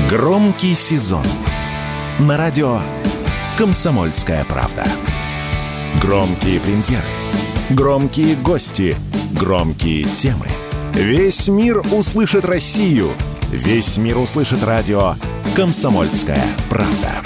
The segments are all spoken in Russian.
Громкий сезон на радио «Комсомольская правда». Громкие премьеры, громкие гости, громкие темы. Весь мир услышит Россию. Весь мир услышит радио «Комсомольская правда».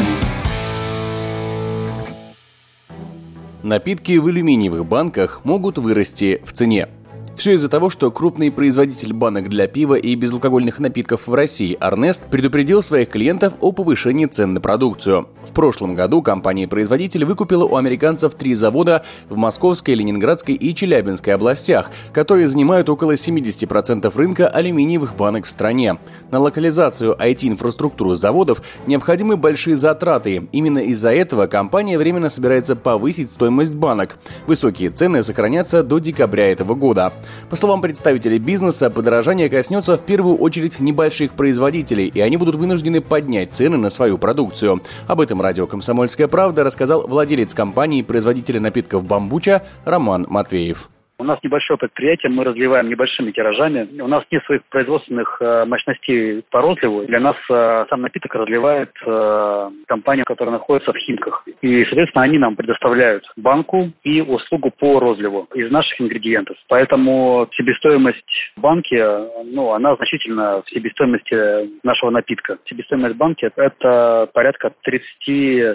Напитки в алюминиевых банках могут вырасти в цене. Все из-за того, что крупный производитель банок для пива и безалкогольных напитков в России Арнест предупредил своих клиентов о повышении цен на продукцию. В прошлом году компания-производитель выкупила у американцев 3 завода в Московской, Ленинградской и Челябинской областях, которые занимают около 70% рынка алюминиевых банок в стране. На локализацию IT-инфраструктуры заводов необходимы большие затраты. Именно из-за этого компания временно собирается повысить стоимость банок. Высокие цены сохранятся до декабря этого года. По словам представителей бизнеса, подорожание коснется в первую очередь небольших производителей, и они будут вынуждены поднять цены на свою продукцию. Об этом радио «Комсомольская правда» рассказал владелец компании-производителя напитков «Бамбуча» Роман Матвеев. У нас небольшое предприятие, мы разливаем небольшими тиражами. У нас нет своих производственных мощностей по розливу. Для нас сам напиток разливает компания, которая находится в Химках. И, соответственно, они нам предоставляют банку и услугу по розливу из наших ингредиентов. Поэтому себестоимость банки, она значительно в себестоимости нашего напитка. Себестоимость банки – это порядка 30-35%.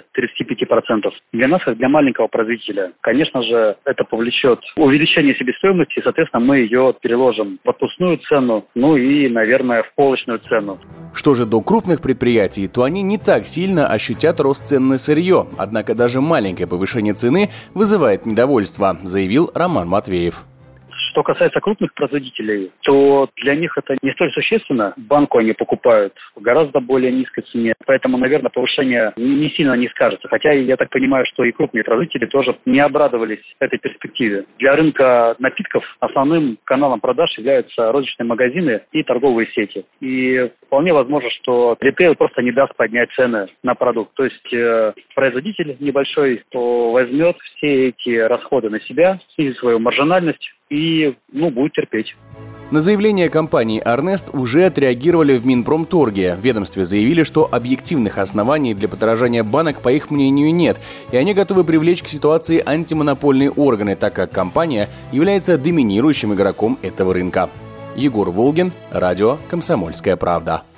Для нас, как для маленького производителя, конечно же, это повлечет увеличение себестоимости, и, соответственно, мы ее переложим в отпускную цену, и, наверное, в полочную цену. Что же до крупных предприятий, то они не так сильно ощутят рост цен на сырье. Однако даже маленькое повышение цены вызывает недовольство, заявил Роман Матвеев. Что касается крупных производителей, то для них это не столь существенно. Банку они покупают в гораздо более низкой цене. Поэтому, наверное, повышение не сильно не скажется. Хотя я так понимаю, что и крупные производители тоже не обрадовались этой перспективе. Для рынка напитков основным каналом продаж являются розничные магазины и торговые сети. И вполне возможно, что ритейл просто не даст поднять цены на продукт. То есть производитель небольшой, кто возьмет все эти расходы на себя, снизит свою маржинальность и будет терпеть. На заявление компании «Арнест» уже отреагировали в Минпромторге. В ведомстве заявили, что объективных оснований для подорожания банок, по их мнению, нет, и они готовы привлечь к ситуации антимонопольные органы, так как компания является доминирующим игроком этого рынка. Егор Волгин, радио «Комсомольская правда».